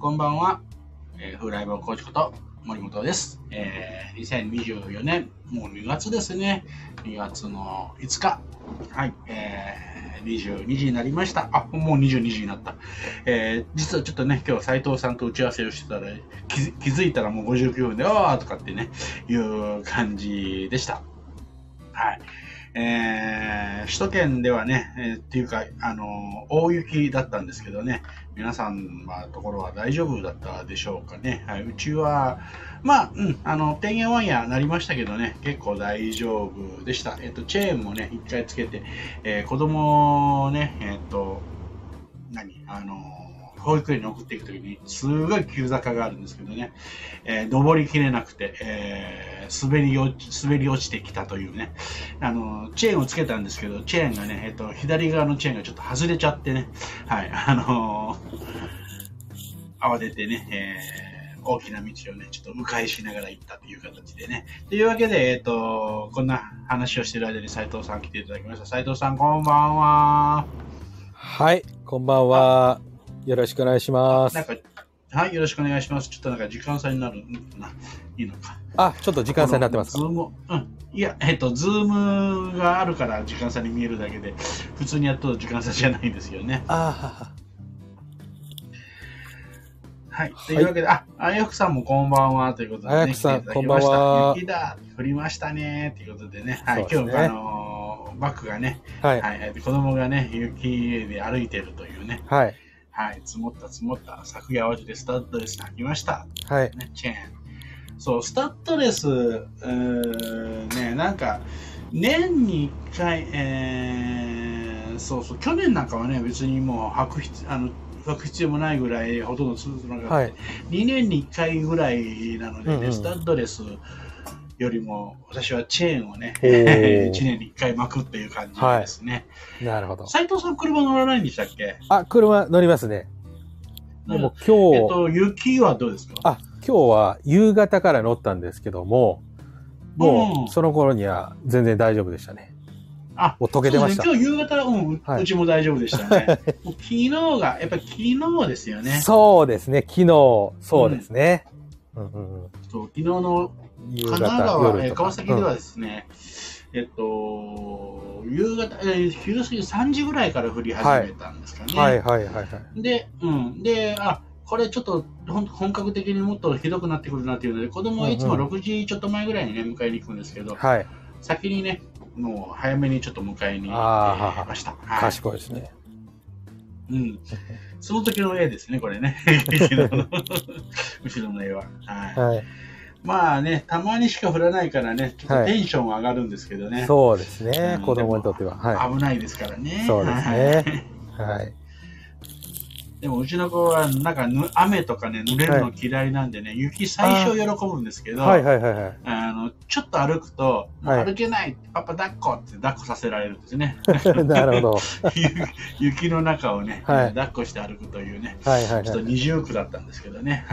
こんばんは。風来坊コーチこと森本です。2024年、もう2月ですね。2月の5日。はい。22時になりました。あ、もう22時になった。実はちょっとね、今日斉藤さんと打ち合わせをしてたら、気づいたらもう59分で、あーとかってね、いう感じでした。はい。首都圏ではね、っていうか、大雪だったんですけどね、皆さんのところは大丈夫だったでしょうかね。はい、うちは、まあ、電源ワイヤーなりましたけどね、結構大丈夫でした。チェーンもね、一回つけて、子供をね、保育園に送っていくときに、すごい急坂があるんですけどね、登りきれなくて、滑り落ちてきたというね、チェーンをつけたんですけど、チェーンがね、左側のチェーンがちょっと外れちゃってね、はい、慌ててね、大きな道をね、ちょっと迂回しながら行ったという形でね。というわけで、こんな話をしている間に斉藤さん来ていただきました。斉藤さん、こんばんは。 はい、こんばんは。よろしくお願いします。 はい、よろしくお願いします。ちょっとなんか時間差になるのかな。いいのか。 あ、ちょっと時間差になってますか。 ズーム、いや、ズームがあるから時間差に見えるだけで、普通にやっと時間差じゃないんですよね。 はい。 というわけで、あやふさんもこんばんはということでね。 あやふさん、こんばんは。 雪だ、降りましたねということでね。はい、今日、バックがね、はい、子供がね、雪で歩いてるというね。 はい。 はい、積もった、昨夜淡路でスタッドレス履きました。 はい。 ね、チェーン。そう、スタッドレス、ね、なんか、年に1回、去年なんかはね、別にもう履く必要もないぐらい、ほとんど続かなかった。はい、2年に1回ぐらいなのでね、スタッドレスよりも、私はチェーンをね、1年に1回巻くっていう感じですね。 はい、なるほど。 斉藤さん、車乗らないんでしたっけ？ あ、車乗りますね。でも今日、 雪はどうですか？ あ、今日は夕方から乗ったんですけども、もうその頃には全然大丈夫でしたね。 あ、 もう溶けてました。 今日夕方、はい、うちも大丈夫でしたね。もう昨日が、やっぱり昨日ですよね。 そうですね、昨日、そうですね。 そう、昨日の神奈川、川崎ではですね、夕方、昼過ぎ3時ぐらいから降り始めたんですかね。 はい。 で、これちょっと本格的にもっとひどくなってくるなっていうので、子供はいつも6時ちょっと前ぐらいにね、迎えに行くんですけど、はい、先にね、もう早めにちょっと迎えに行きました。 賢いですね。 その時の絵ですね、これね。後ろの絵は。はい。まあね、たまにしか降らないからね、ちょっとテンション上がるんですけどね。はい、 そうですね、子供にとっては。 はい、危ないですからね。 そうですね。はい。 でもうちの子はなんか雨とかね、濡れるの嫌いなんでね、雪最初喜ぶんですけど、ちょっと歩くと、歩けない、パパ抱っこって抱っこさせられるんですね。 なるほど。 雪の中をね、抱っこして歩くというね、ちょっと二重苦だったんですけどね。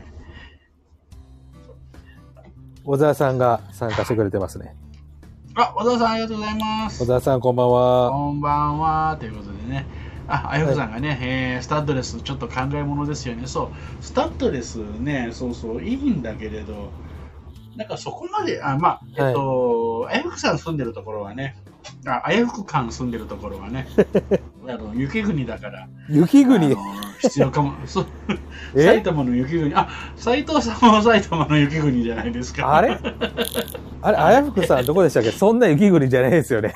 小沢さんが参加してくれてますね。 あ、小沢さんありがとうございます。 小沢さんこんばんは。 こんばんは、ということでね。あやふさんがね、スタッドレスちょっと考えものですよね。そう、スタッドレスね、いいんだけれど、なんかそこまで、あやふさん住んでるところはね、あやふく館住んでるところはね、雪国だから。 雪国必要かも。埼玉の雪国。斉藤さんは埼玉の雪国じゃないですか。 あれあやふくさんどこでしたっけ？そんな雪国じゃないですよね。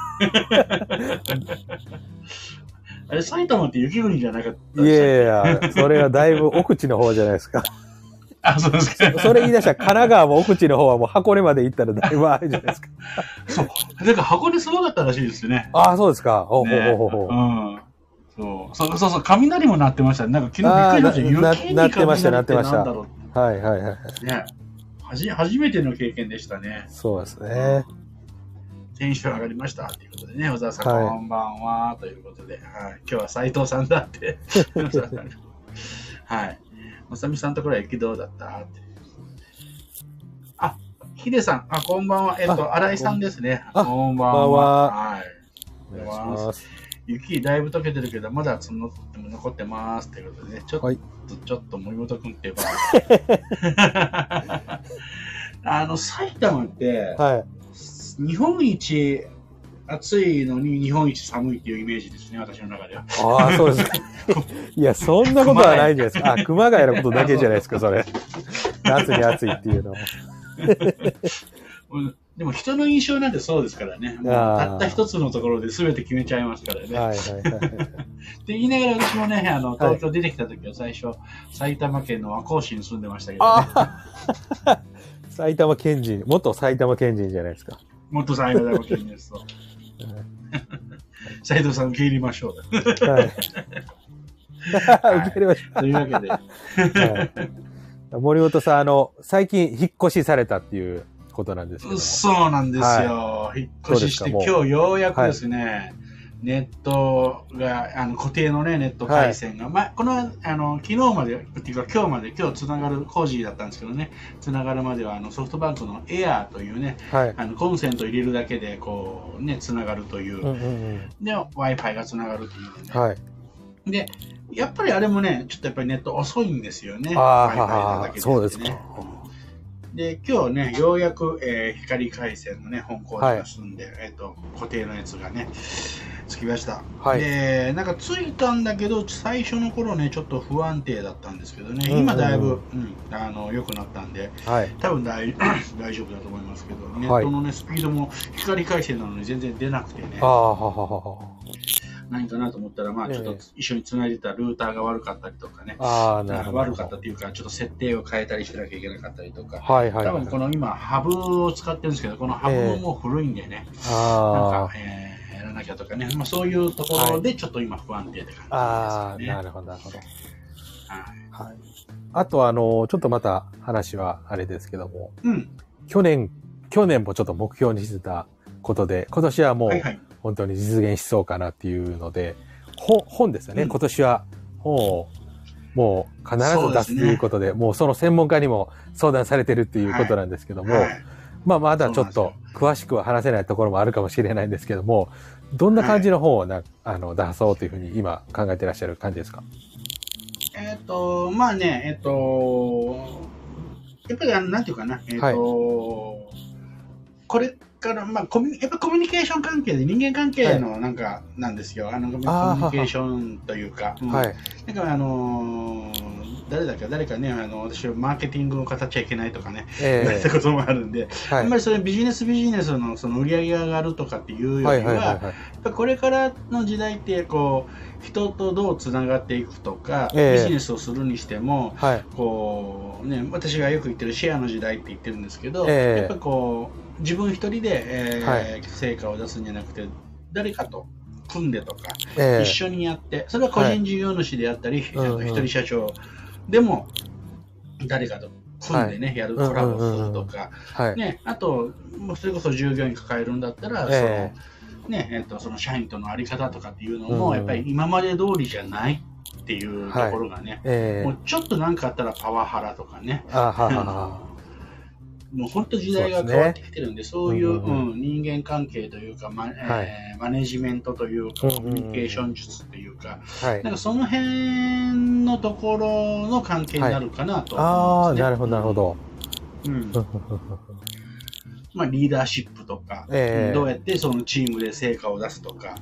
あれ、埼玉って雪国じゃなかったいや、それはだいぶ奥地の方じゃないですか。 そうですか。 それ言い出したら神奈川も奥地の方はもう箱根まで行ったらだいぶあれじゃないですか。 そう。だから箱根すごかったらしいですよね。 そうですか。 そう、雷も鳴ってましたね。なんか昨日びっくりしました。雪になってました。 はい。ね。初めての経験でしたね。 そうですね。 テンション上がりましたということでね、小沢さん、こんばんはということで、今日は斉藤さんだって。はい。まさみさんところは雪どうだったって。ヒデさん、こんばんは。新井さんですね。こんばんは。はい。お願いします。 雪だいぶ溶けてるけど、まだ残ってますってことでね、ちょっと森本君ってば埼玉って、はい、日本一暑いのに日本一寒いっていうイメージですね、私の中では。 ああ、そうですか。いや、そんなことはないんじゃないですか。熊谷のことだけじゃないですか、それ。夏に暑いっていうのは。 でも人の印象なんてそうですからね。もうたった一つのところで全て決めちゃいますからね。はいはいはい。って言いながら私もね、東京出てきた時は最初、埼玉県の和光市に住んでましたけどね。 埼玉県人、元埼玉県人じゃないですか。 元埼玉県人です。斉藤さん受け入れましょう。はい。受け入れましょう。というわけで。はい、森本さん、最近引っ越しされたっていうことなんですけど。 そうなんですよ。はい、引っ越しして今日ようやくですね、はい、ネットが、固定のね、ネット回線が、はい、この、昨日まで、っていうか今日つながる工事だったんですけどね、つながるまでは、ソフトバンクのエアーというね、はい、コンセント入れるだけで、こう、ね、つながるという、で、Wi-Fi がつながるというね。はい。で、やっぱりあれもね、ちょっとやっぱりネット遅いんですよね。 Wi-Fi だけで、ね。そうですか。 で、今日ね、ようやく、光回線のね、本工事が済んで、はい、固定のやつがね、つきました。はい、で、なんかついたんだけど、最初の頃ね、ちょっと不安定だったんですけどね、今だいぶ、良くなったんで、はい、多分大丈夫だと思いますけど、ネットのね、スピードも光回線なのに全然出なくてね。何かなと思ったら、まあちょっと一緒に繋いでたルーターが悪かったりとかね。悪かったっていうか、ちょっと設定を変えたりしなきゃいけなかったりとか。多分この今、ハブを使ってるんですけど、このハブももう古いんでね。なんか、やらなきゃとかね。まあそういうところでちょっと今不安定って感じですかね。 なるほど、なるほど。はい。あとちょっとまた話はあれですけども、去年もちょっと目標にしてたことで、今年はもう、本当に実現しそうかなっていうので、本ですよね。今年は本をもう必ず出すということで、もうその専門家にも相談されてるっていうことなんですけども、まあまだちょっと詳しくは話せないところもあるかもしれないんですけども、どんな感じの本を出そうというふうに今考えてらっしゃる感じですか？ まあね、やっぱりなんていうかな、これからまあやっぱコミュニケーション関係で人間関係のなんですよ。コミュニケーションというか、なんか誰かね、私はマーケティングを語っちゃいけないとかね、言われたこともあるんで、あんまりそれビジネスのその売り上げが上がるとかっていうよりは、やっぱこれからの時代ってこう人とどうつながっていくとか、ビジネスをするにしても、こうね、私がよく言ってるシェアの時代って言ってるんですけど、やっぱこう自分一人で、成果を出すんじゃなくて、誰かと組んでとか、一緒にやって、それは個人事業主であったり、一人社長でも誰かと組んでね、やるコラボするとか、ね、あと、それこそ従業員抱えるんだったら、その社員とのあり方とかっていうのも、やっぱり今まで通りじゃないっていうところがね、もうちょっと何かあったらパワハラとかね。もう本当時代が変わってきてるんで、そういう人間関係というか、マネジメントというか、コミュニケーション術というか、なんかその辺のところの関係になるかなと思いますね。 なるほど、なるほど。 まあリーダーシップとか、どうやってそのチームで成果を出すとか。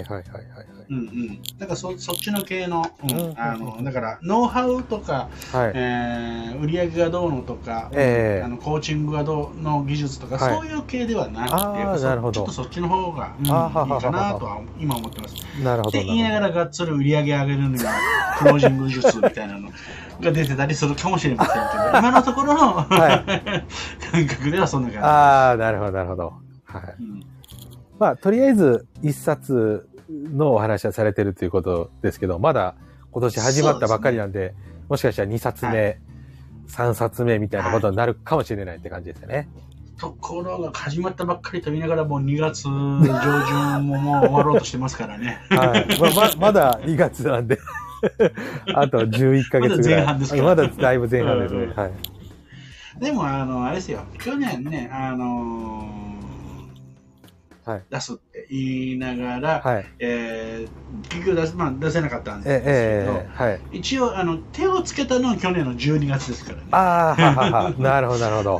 だからそっちの系の、だからノウハウとか、売り上げがどうのとか、コーチングがどうの技術とか、そういう系ではなくて、ちょっとそっちの方が、いいかなとは今思ってます。って言いながらがっつり売り上げ上げるには、クロージング術みたいなのが出てたりするかもしれませんけど、今のところの、感覚ではそんな感じです。 なるほど、なるほど。まあ、とりあえず、一冊、のお話はされてるということですけど、まだ今年始まったばっかりなんで、もしかしたら2冊目、3冊目みたいなことになるかもしれないって感じですよね。 ところが始まったばっかりと言いながらもう2月上旬ももう終わろうとしてますからね。 まだ2月なんであと11ヶ月ぐらい。まだ前半ですから。まだだいぶ前半ですね。 でもあれですよ、去年ね、出すって言いながら、結局出せなかったんですけど、一応手をつけたのは去年の12月ですからね。 なるほど、なるほど。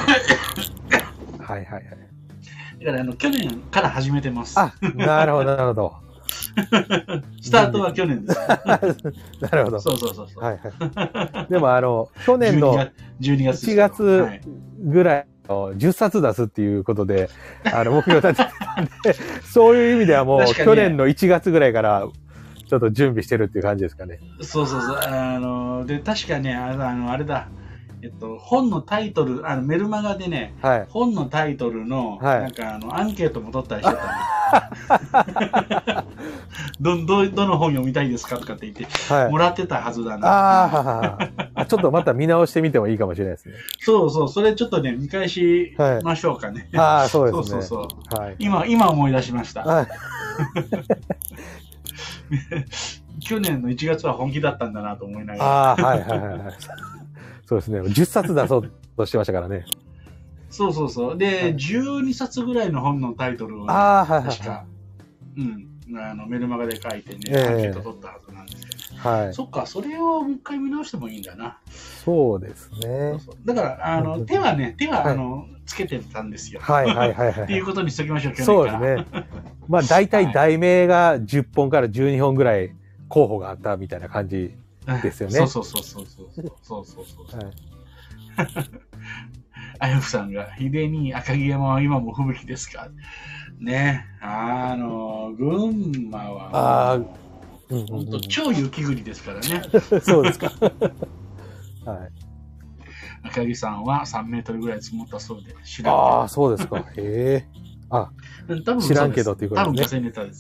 はいはいはい。 だから去年から始めてます。 なるほど、なるほど。 スタートは去年です。 なるほど。 そう。 でも去年の1月ぐらいの10冊出すっていうことで、目標立ててたんで、そういう意味ではもう去年の1月ぐらいからちょっと準備してるっていう感じですかね。 そう。で、確かね、あれだ。本のタイトル、メルマガでね、本のタイトルの、なんかアンケートも取ったりしてたんで、どの本読みたいですかとかって言って、もらってたはずだな。 ちょっとまた見直してみてもいいかもしれないですね。 そう、それちょっとね、見返しましょうかね。 そうですね。 そう。今思い出しました。去年の1月は本気だったんだなと思いながら。 そうですね。10冊出そうとしてましたからね。 そう。で、12冊ぐらいの本のタイトルを、確か、メルマガで書いてね、アンケート取ったはずなんですけど。そっか、それをもう一回見直してもいいんだな。 そうですね。 だから、手はつけてたんですよ。っていうことにしときましょう、去年から。そうですね。大体題名が10本から12本ぐらい候補があったみたいな感じ。ですよね。 そう。あやふさんが、秀に赤城山は今も吹雪ですかね。群馬は、本当超雪国ですからね。 そうですか。 赤城山は3メートルぐらい積もったそうで、 知らん。そうですか。へえ。知らんけどっていうことですね。多分女性ネタです。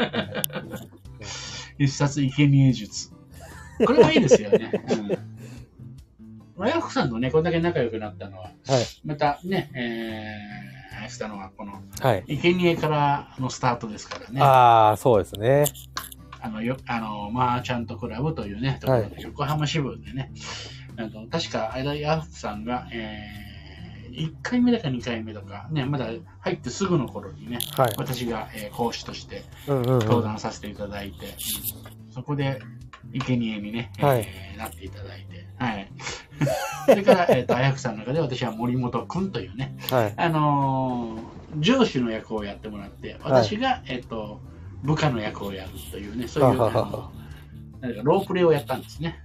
一冊生贄術。これはいいですよね。あやふさんとね、これだけ仲良くなったのは、またね、したのは、この、生贄からのスタートですからね。 そうですね。 マーチャントクラブというね、ところで横浜支部でね、確か、あやふさんが、1回目だか2回目とか、ね、まだ入ってすぐの頃にね、私が、講師として登壇させていただいて、そこで、生贄にね、なっていただいて、それから、あやふさんの中で私は森本くんというね、上司の役をやってもらって、私が、部下の役をやるというね、そういう、なんかロープレイをやったんですね。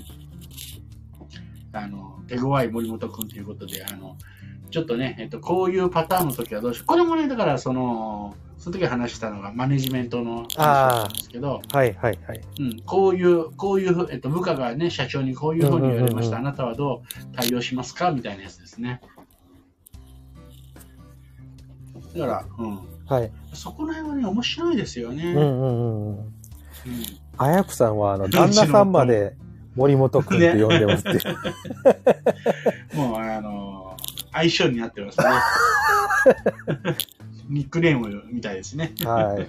手強い森本くんということで、ちょっとね、こういうパターンの時はどうしよう。これもね、だからその時話したのがマネジメントの話だったんですけど、こういう、部下がね、社長にこういうふうに言われました。あなたはどう対応しますかみたいなやつですね。だから、そこら辺はね、面白いですよね。 あやくさんは、旦那さんまで森本くんって呼んでますって。 もう、相性になってますね。ニックネームみたいですね。 なるほど、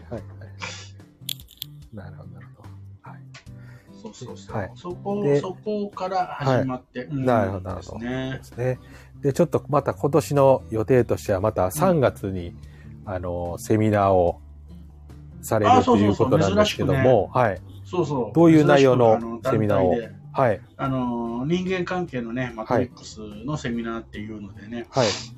なるほど。 そこから始まって。 なるほど、なるほど。ですね。で、ちょっとまた今年の予定としては、また3月に、セミナーをされるということなんですけども、どういう内容のセミナーを。 人間関係のね、マトリックスのセミナーっていうのでね、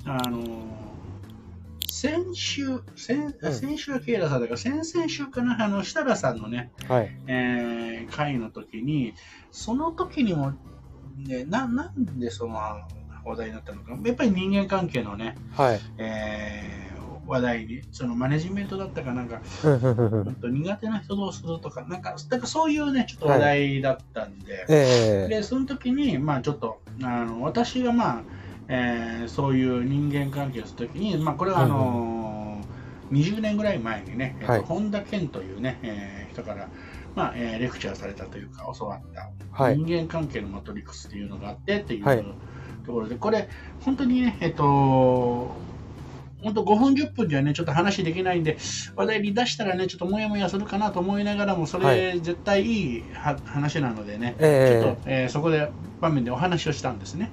先週はケイラさんだから、先々週かな、設楽さんのね、会の時に、その時にも、ね、なんでその話題になったのか、やっぱり人間関係のね、話題に、そのマネジメントだったかなんか、苦手な人どうするとか、なんかそういうね、ちょっと話題だったんで、で、その時に、ちょっと、私がそういう人間関係をするときに、これは20年ぐらい前にね、本田健というね、人から、レクチャーされたというか、教わった、人間関係のマトリックスっていうのがあってっていうところで、これ、本当にね、本当5分10分じゃね、ちょっと話できないんで、話題に出したらね、ちょっともやもやするかなと思いながらも、それ絶対いい話なのでね、ちょっと、そこで場面でお話をしたんですね。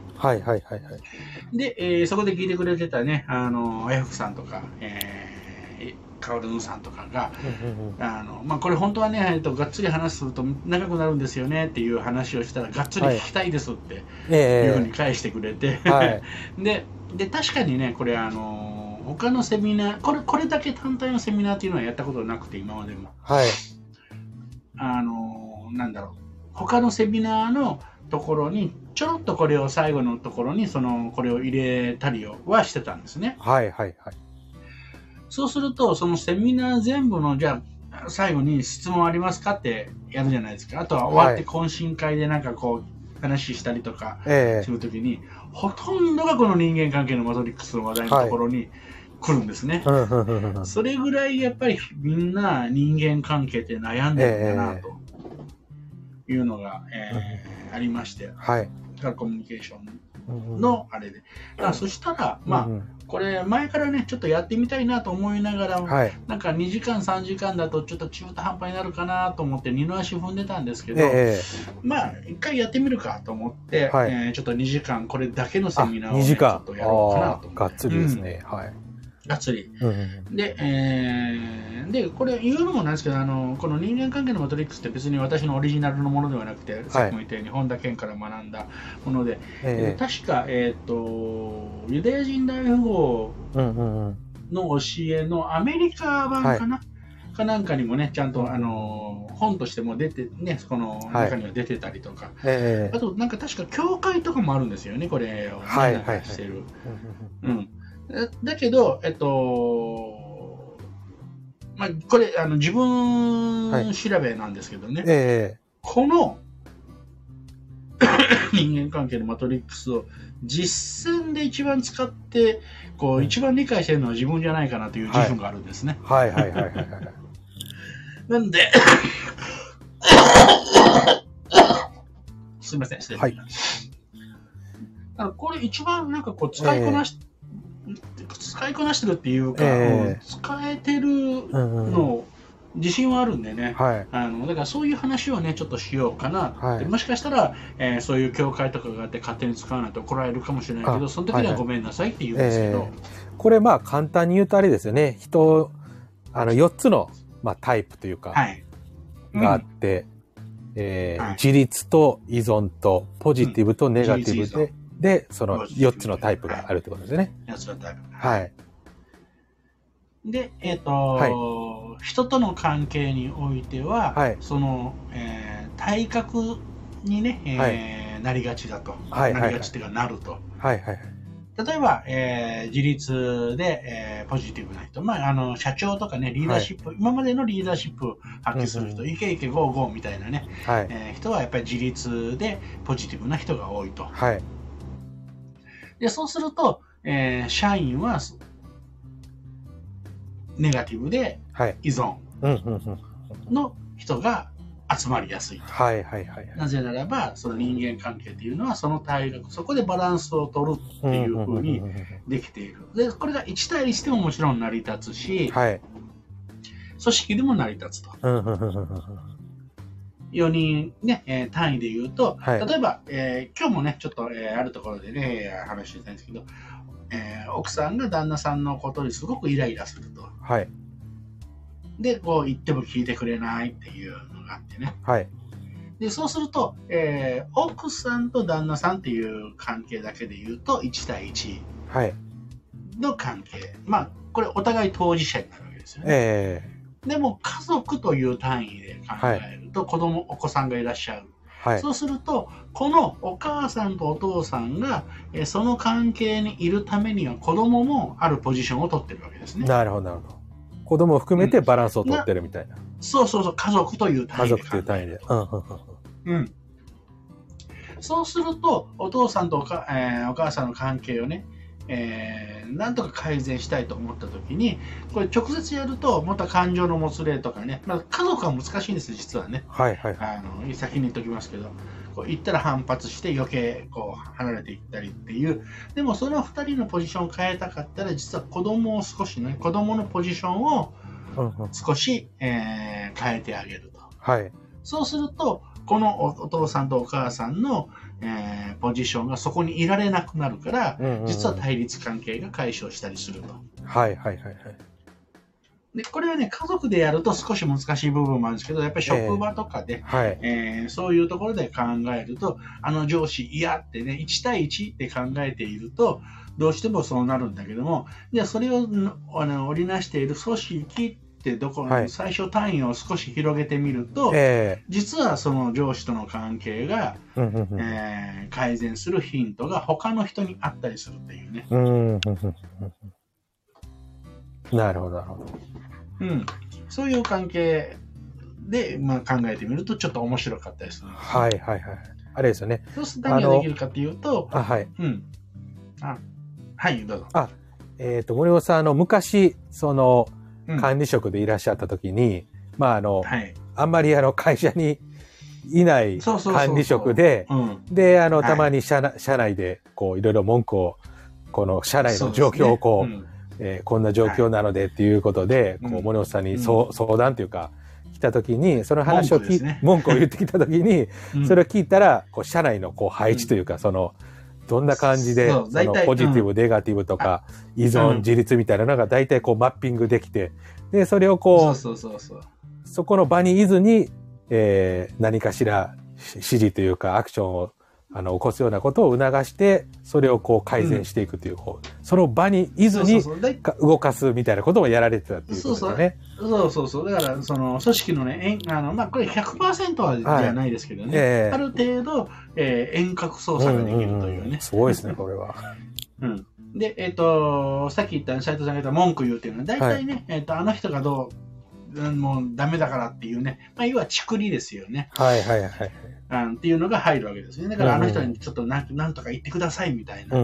で、そこで聞いてくれてたね、あやふくさんとか、 カオルヌさんとかが、これ本当はね、がっつり話すると長くなるんですよねっていう話をしたら、がっつり聞きたいですっていうふうに返してくれて、で確かにね、これ他のセミナー、これだけ単体のセミナーっていうのはやったことなくて、今までも。なんだろう、他のセミナーのところにちょろっとこれを最後のところにこれを入れたりはしてたんですね。そうするとそのセミナー全部のじゃあ最後に質問ありますかってやるじゃないですか。あとは終わって懇親会でなんかこう話したりとかするときに、ほとんどがこの人間関係のマトリックスの話題のところに来るんですね。それぐらいやっぱりみんな人間関係って悩んでるんだなというのが、ありまして、コミュニケーションのあれで、そしたらこれ前からねちょっとやってみたいなと思いながら、なんか2時間3時間だとちょっと中途半端になるかなと思って二の足踏んでたんですけど、一回やってみるかと思って、ちょっと2時間これだけのセミナーを、ちょっとやろうかなと。 がっつりですね。 がっつり。で、これ言うのもなんですけど、この人間関係のマトリックスって別に私のオリジナルのものではなくて、さっきも言ったように本田健から学んだもので、確か、ユダヤ人大富豪の教えのアメリカ版かな、かなんかにもね、ちゃんと本としても出て、ね、この中には出てたりとか、あとなんか確か教会とかもあるんですよね、これをしてる。だけど、これ自分調べなんですけどね、この人間関係のマトリックスを実践で一番使って一番理解してるのは自分じゃないかなという自負があるんですね。なんで、すみません、失礼しました。これ一番なんか使いこなしてるっていうか、使えてるの自信はあるんでね、だからそういう話をねちょっとしようかな、もしかしたら、そういう教会とかがあって勝手に使わないと怒られるかもしれないけど、その時にはごめんなさいって言うんですけど、 これ簡単に言うとあれですよね、4つの、タイプというか、があって、自立と依存とポジティブとネガティブで、その4つのタイプがあるってことですね。 4つのタイプ。で、人との関係においては、その、体格にね、なりがちだと。なりがちっていうか、なると。例えば、自立で、ポジティブな人、社長とかね、リーダーシップ、今までのリーダーシップを発揮する人、イケイケゴーゴーみたいなね、人はやっぱり自立でポジティブな人が多いと。でそうすると、社員はネガティブで依存の人が集まりやすい。なぜならば、その人間関係というのはその体格、そこでバランスを取るっていうふうにできている。で、これが1対1でももちろん成り立つし、組織でも成り立つと。4人、ね単位で言うと、例えば、今日もね、ちょっと、あるところでね、話してたんですけど、奥さんが旦那さんのことにすごくイライラすると。で、言っても聞いてくれないっていうのがあってね。で、そうすると、奥さんと旦那さんっていう関係だけで言うと、1対1の関係。これお互い当事者になるわけですよね。でも家族という単位で考えると、お子さんがいらっしゃる。そうすると、このお母さんとお父さんが、その関係にいるためには子供もあるポジションを取ってるわけですね。 なるほど、なるほど。子供を含めてバランスを取ってるみたいな。 そうそうそう、家族という単位で。 家族という単位で。 そうすると、お父さんとお母さんの関係をね、なんとか改善したいと思ったときに、これ直接やるとまた感情のもつれとかね、家族は難しいんですよ、実はね。先に言っておきますけど、言ったら反発して余計離れていったりっていう。でもその2人のポジションを変えたかったら、実は子供のポジションを少し、変えてあげると。そうすると、このお父さんとお母さんのポジションがそこにいられなくなるから、実は対立関係が解消したりすると。 で、これはね、家族でやると少し難しい部分もあるんですけど、やっぱり職場とかで、そういうところで考えると、上司嫌ってね、1対1って考えていると、どうしてもそうなるんだけども、じゃあそれを織りなしている組織って最初単位を少し広げてみると、実はその上司との関係が、改善するヒントが他の人にあったりするっていうね。 なるほど、なるほど。 そういう関係で、考えてみるとちょっと面白かったりするんです、ね。 はいはいはい。あれですよね。 そうすると何ができるかっていうと、はい。はい、どうぞ。 森本さん、昔、管理職でいらっしゃった時に、あんまり会社にいない管理職で、で、たまに社内で、いろいろ文句を、この社内の状況をこんな状況なのでっていうことで、森本さんに相談というか、来た時に、その話を文句を言ってきた時に、それを聞いたら、社内の配置というか、どんな感じで、ポジティブ、ネガティブとか、依存、自立みたいなのが大体マッピングできて、で、それをそこの場にいずに、何かしら指示というかアクションを起こすようなことを促して、それを改善していくという、その場にいずに動かすみたいなことをやられてたっていうことですね。 そう。だから、組織のね、これ 100% はじゃないですけどね、ある程度、遠隔操作ができるというね。 すごいですね、これは。 で、さっき言った斉藤さんが言った文句言うっていうのは、大体ね、あの人がもうダメだからっていうね、要はチクリですよね。っていうのが入るわけですね。だからあの人にちょっとなんとか言ってくださいみたいな。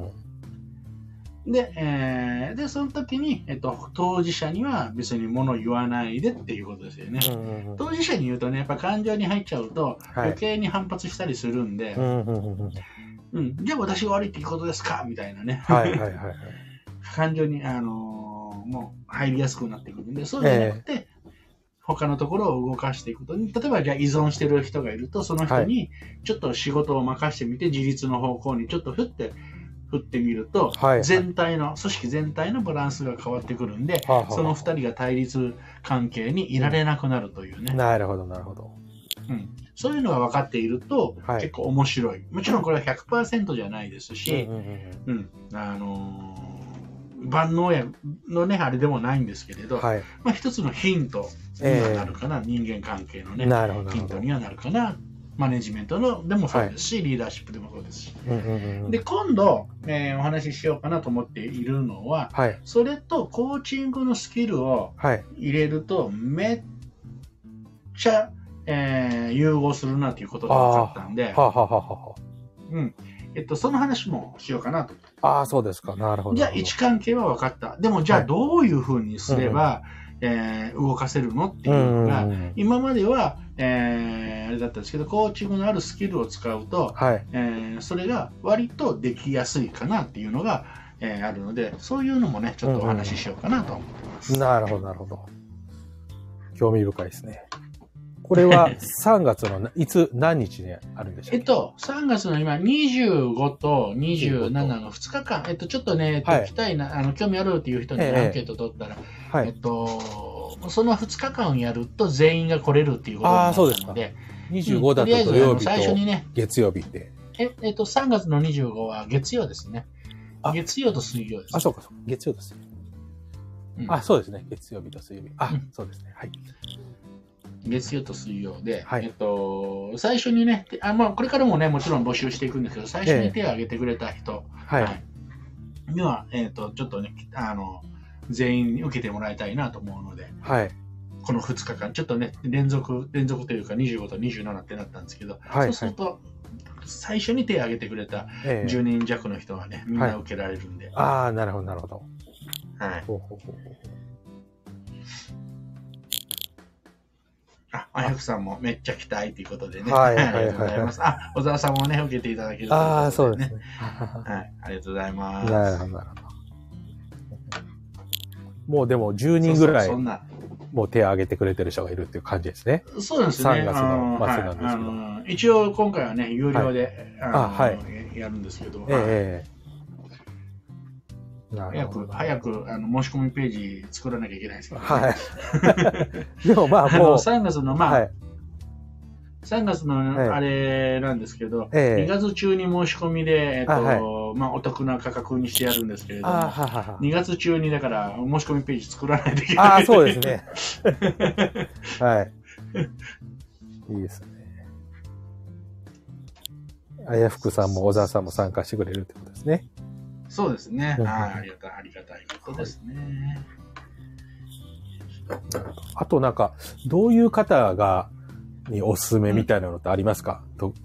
で、その時に、当事者には別に物を言わないでっていうことですよね。当事者に言うとね、やっぱ感情に入っちゃうと余計に反発したりするんで、じゃあ私が悪いっていうことですかみたいなね。感情に、もう入りやすくなってくるんで、そうじゃなくて、他のところを動かしていくと、例えばじゃあ依存してる人がいると、その人にちょっと仕事を任してみて、自立の方向にちょっと振ってみると、組織全体のバランスが変わってくるんで、その2人が対立関係にいられなくなるというね。 なるほど、なるほど。 そういうのが分かっていると、結構面白い。もちろんこれは 100% じゃないですし、万能やのね、あれでもないんですけれど、一つのヒントにはなるかな、人間関係のね、ヒントにはなるかな。マネジメントのでもそうですし、リーダーシップでもそうですし。で、今度、お話ししようかなと思っているのは、それとコーチングのスキルを入れると、めっちゃ、融合するなということが分かったんで、その話もしようかなと。 そうですか。なるほど。 じゃあ、位置関係は分かった。でも、じゃあ、どういうふうにすれば、動かせるのっていうのが、今までは、あれだったんですけど、コーチングのあるスキルを使うと、それが割とできやすいかなっていうのが、あるので、そういうのもね、ちょっとお話ししようかなと思ってます。 なるほど、なるほど。興味深いですね。これは3月の何日にあるんでしょうか ？3月の今、25と27の2日間、ちょっとね、聞きたいな、興味あるっていう人にアンケート取ったら、その2日間やると全員が来れるっていうことになったので、 25だと土曜日と月曜日で。 3月の25は月曜ですね。月曜と水曜です。 そうか、月曜ですね。そうですね。月曜日と水曜日。そうですね。はい。 月曜と水曜で、最初にね、これからもね、もちろん募集していくんですけど、最初に手を挙げてくれた人には、ちょっとね、全員受けてもらいたいなと思うので、この2日間、ちょっとね、連続というか25と27ってなったんですけど、そうすると、最初に手を挙げてくれた10人弱の人はね、みんな受けられるんで。 なるほど、なるほど。 あやふさんもめっちゃ期待ということでね。ありがとうございます。小沢さんもね、受けていただけるということで、ね。 そうですね。 ありがとうございます。 なるほど、なるほど。もうでも10人ぐらい、もう手を挙げてくれてる人がいるっていう感じですね。 そうですね。 3月の末なんですけど。 一応今回はね、有料で、やるんですけど。 早く申し込みページ作らなきゃいけないですけど、ね。 はい。でもまあもう。 3月の3月のあれなんですけど、2月中に申し込みで、お得な価格にしてやるんですけれども、2月中にだから申し込みページ作らないといけない。 ああ、そうですね。はい。いいですね。あやふくさんも小沢さんも参加してくれるってことですね。 そうですね。ありがたいことですね。 あとなんか、どういう方におすすめみたいなのってありますか？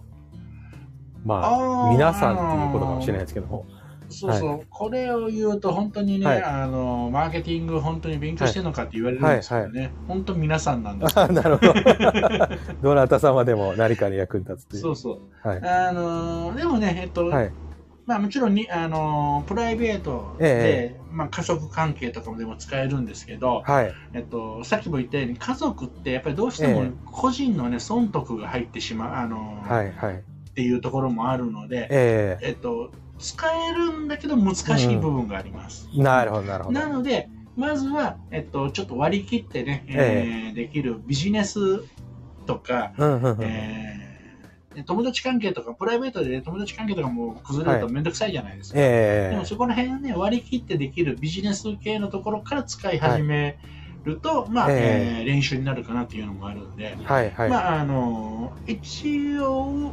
皆さんっていうことかもしれないですけども。 そうそう。これを言うと本当にね、マーケティング本当に勉強してるのかって言われるんですけどね。本当皆さんなんですよ。 なるほど。どなた様でも何かに役に立つという。 そうそう。でもね、もちろんに、プライベートで、家族関係とかでも使えるんですけど、さっきも言ったように、家族ってやっぱりどうしても個人のね、損得が入ってしまう、っていうところもあるので、使えるんだけど難しい部分があります。 なるほど、なるほど。 なので、まずは、ちょっと割り切ってね、できるビジネスとか、友達関係とか、プライベートで友達関係とかも崩れるとめんどくさいじゃないですか。でもそこら辺ね、割り切ってできるビジネス系のところから使い始めると、練習になるかなっていうのもあるんで、一応、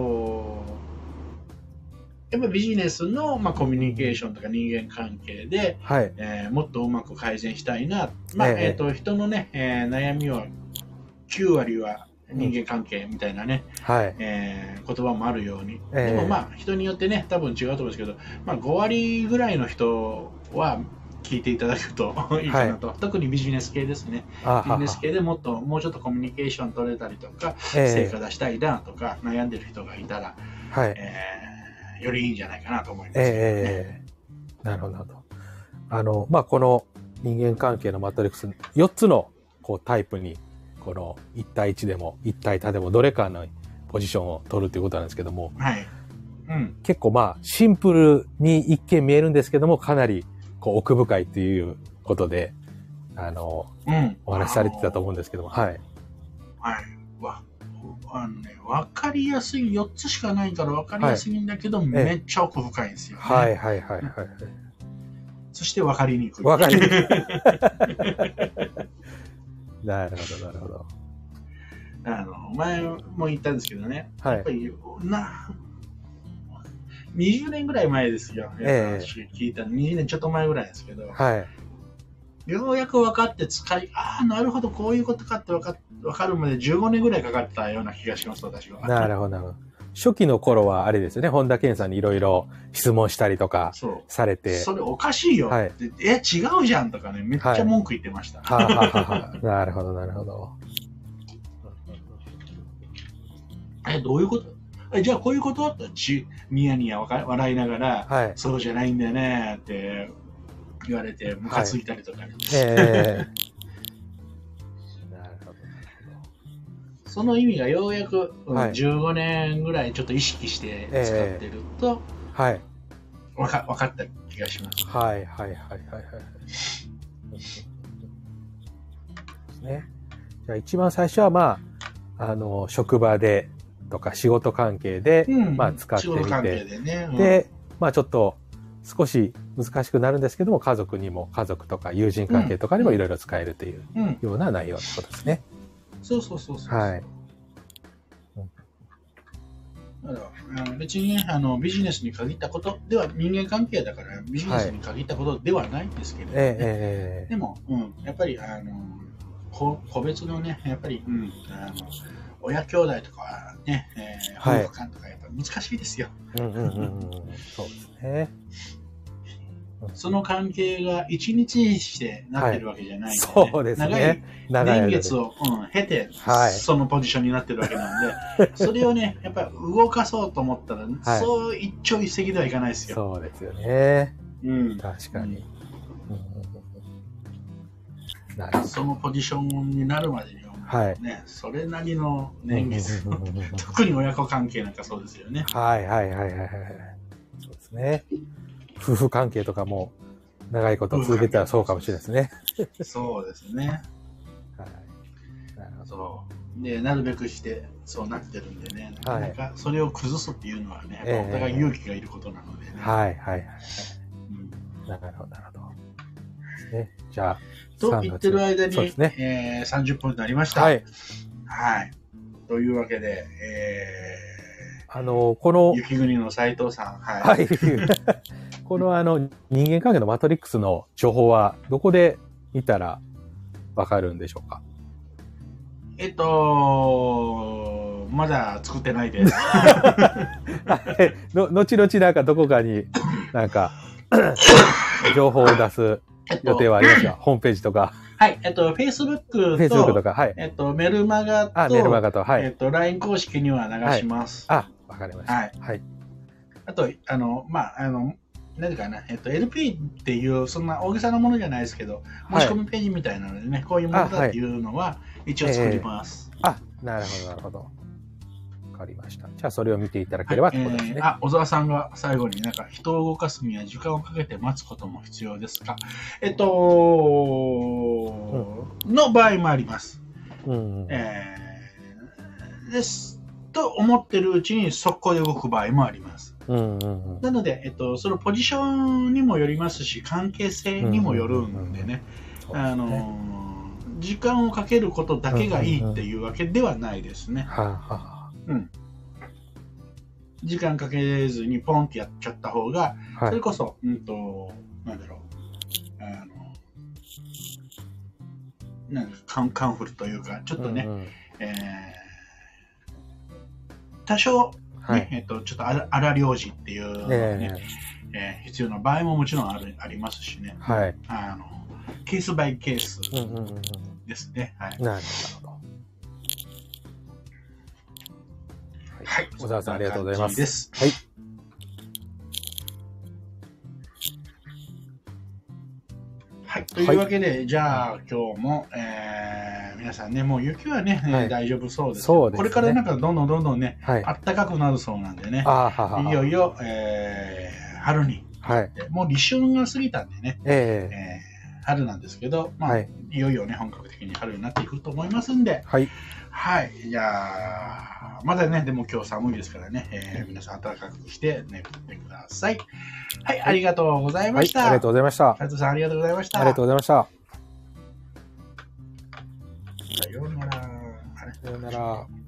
やっぱりビジネスの、コミュニケーションとか人間関係で、もっとうまく改善したいな。人のね、悩みは9割は人間関係みたいなね、言葉もあるように。でも人によってね、多分違うと思うんですけど、5割ぐらいの人は聞いていただくといいかなと。特にビジネス系ですね。ビジネス系でもうちょっとコミュニケーション取れたりとか、成果出したいなとか、悩んでる人がいたら、よりいいんじゃないかなと思いますけどね。 なるほど、なるほど。この人間関係のマトリックス、4つのタイプに、この1対1でも1対多でもどれかのポジションを取るということなんですけども、結構シンプルに一見見えるんですけども、かなり奥深いということで、お話しされてたと思うんですけども、 わかりやすい、4つしかないからわかりやすいんだけど、めっちゃ奥深いんですよね。そしてわかりにくい。 わかりにくい。なるほど、なるほど。 前も言ったんですけどね、やっぱり20年ぐらい前ですよ。聞いた20年ちょっと前ぐらいですけど、ようやく分かってなるほど、こういうことかって分かるまで15年ぐらいかかったような気がします、私は。 なるほど、なるほど。初期の頃はあれですよね、本田健さんにいろいろ質問したりとかされて。 それおかしいよ。違うじゃんとかね、めっちゃ文句言ってました。 なるほど、なるほど。 どういうことじゃあこういうことってニヤニヤ笑いながら、そうじゃないんだよねって言われて、ムカついたりとかね。その意味がようやく15年ぐらいちょっと意識して使ってると、分かった気がします。 ね。じゃあ一番最初は職場でとか仕事関係で、使ってみて、で、ちょっと少し難しくなるんですけども、家族とか友人関係とかにもいろいろ使えるというような内容ってことですね。 そう。だから別にね、ビジネスに限ったことでは、人間関係だからビジネスに限ったことではないんですけれども、ね、でも、やっぱり個別のね、やっぱり、親兄弟とかね、夫婦間とかやっぱ難しいですよ。 そうですね。 その関係が一日してなってるわけじゃないんで、 そうですね。 長い年月を、経て、そのポジションになってるわけなんで、それをね、やっぱり動かそうと思ったら、そう一朝一夕ではいかないですよ。 そうですよね。確かに。 そのポジションになるまでには、それなりの年月、特に親子関係なんかそうですよね。 そうですね。夫婦関係とかも長いこと続けたらそうかもしれないですね。 そうですね。はい。なるほど。そう。で、なるべくしてそうなってるんでね、なかなかそれを崩すっていうのはね、お互い勇気がいることなのでね。 はいはいはい。なるほど、なるほど。ね、じゃあ、 と言ってる間に、ね30分になりました。はい。はい。というわけで、 この、 雪国の斉藤さん。 はい。はい、この人間関係のマトリックスの情報は、どこで見たらわかるんでしょうか？ まだ作ってないです。 後々なんかどこかになんか情報を出す予定はありますか？ホームページとか。 はい。Facebook とか、はい。 メルマガと、 メルマガと、はい。 LINE 公式には流します。 わかりました。はい。はい。 あと、何かな、LP っていう、そんな大げさなものじゃないですけど、申し込みページみたいなのでね、こういうものだっていうのは、一応作ります。 なるほど、なるほど。わかりました。じゃあ、それを見ていただければってことですね。 小沢さんが最後になんか、人を動かすには時間をかけて待つことも必要ですか？の場合もあります。ですと思ってるうちに速攻で動く場合もあります。なので、そのポジションにもよりますし、関係性にもよるんでね、時間をかけることだけがいいっていうわけではないですね。時間かけずにポンってやっちゃった方が、それこそ、なんだろう、なんかカンフルというか、ちょっとね、多少、ね、ちょっと荒療治っていうのがね、必要な場合ももちろんありますしね。ケースバイケースですね。 なるほど。はい。小沢さん、ありがとうございます。はい。 はい。というわけで、じゃあ、今日も、皆さんね、もう雪はね、大丈夫そうです。これからなんかどんどんね、暖かくなるそうなんでね、いよいよ、春に、もう立春が過ぎたんでね、春なんですけど、いよいよね、本格的に春になっていくと思いますんで、はい。じゃあ、まだね、でも今日寒いですからね、皆さん暖かくして寝てください。はい、ありがとうございました。 ありがとうございました。 斉藤さん、ありがとうございました。 ありがとうございました。 さようなら。 さようなら。